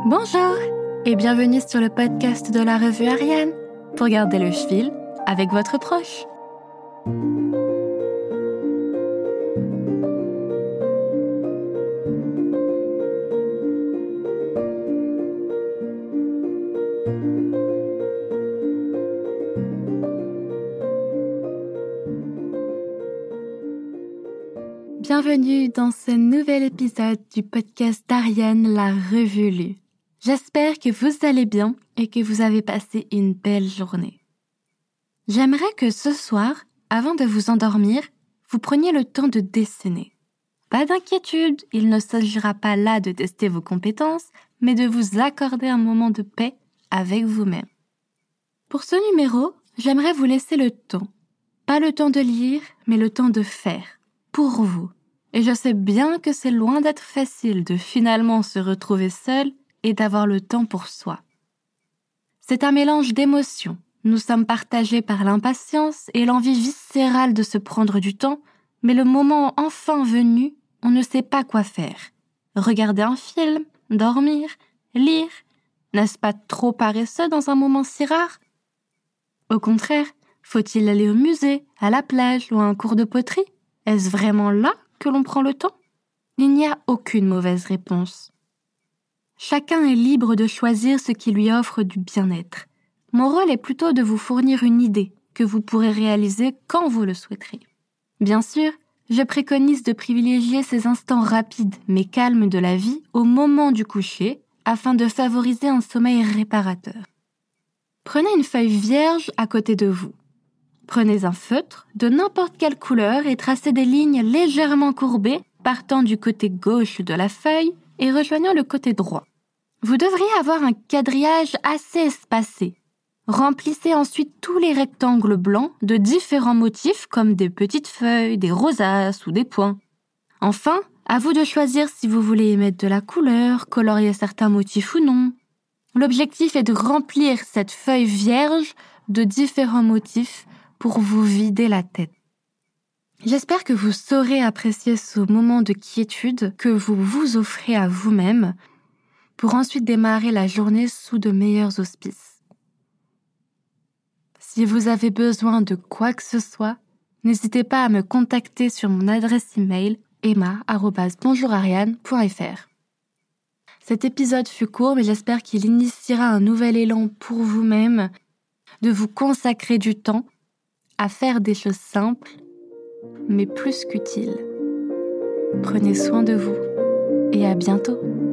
Bonjour et bienvenue sur le podcast de la revue Ariane pour garder le fil avec votre proche. Bienvenue dans ce nouvel épisode du podcast d'Ariane, la revue lue. J'espère que vous allez bien et que vous avez passé une belle journée. J'aimerais que ce soir, avant de vous endormir, vous preniez le temps de dessiner. Pas d'inquiétude, il ne s'agira pas là de tester vos compétences, mais de vous accorder un moment de paix avec vous-même. Pour ce numéro, j'aimerais vous laisser le temps. Pas le temps de lire, mais le temps de faire. Pour vous. Et je sais bien que c'est loin d'être facile de finalement se retrouver seul et d'avoir le temps pour soi. C'est un mélange d'émotions. Nous sommes partagés par l'impatience et l'envie viscérale de se prendre du temps, mais le moment enfin venu, on ne sait pas quoi faire. Regarder un film, dormir, lire, n'est-ce pas trop paresseux dans un moment si rare? Au contraire, faut-il aller au musée, à la plage ou à un cours de poterie? Est-ce vraiment là que l'on prend le temps? Il n'y a aucune mauvaise réponse. Chacun est libre de choisir ce qui lui offre du bien-être. Mon rôle est plutôt de vous fournir une idée que vous pourrez réaliser quand vous le souhaiterez. Bien sûr, je préconise de privilégier ces instants rapides mais calmes de la vie au moment du coucher afin de favoriser un sommeil réparateur. Prenez une feuille vierge à côté de vous. Prenez un feutre de n'importe quelle couleur et tracez des lignes légèrement courbées partant du côté gauche de la feuille et rejoignant le côté droit. Vous devriez avoir un quadrillage assez espacé. Remplissez ensuite tous les rectangles blancs de différents motifs comme des petites feuilles, des rosaces ou des points. Enfin, à vous de choisir si vous voulez y mettre de la couleur, colorier certains motifs ou non. L'objectif est de remplir cette feuille vierge de différents motifs pour vous vider la tête. J'espère que vous saurez apprécier ce moment de quiétude que vous vous offrez à vous-même pour ensuite démarrer la journée sous de meilleurs auspices. Si vous avez besoin de quoi que ce soit, n'hésitez pas à me contacter sur mon adresse email emma@bonjourariane.fr. Cet épisode fut court, mais j'espère qu'il initiera un nouvel élan pour vous-même de vous consacrer du temps à faire des choses simples, mais plus qu'utiles. Prenez soin de vous et à bientôt.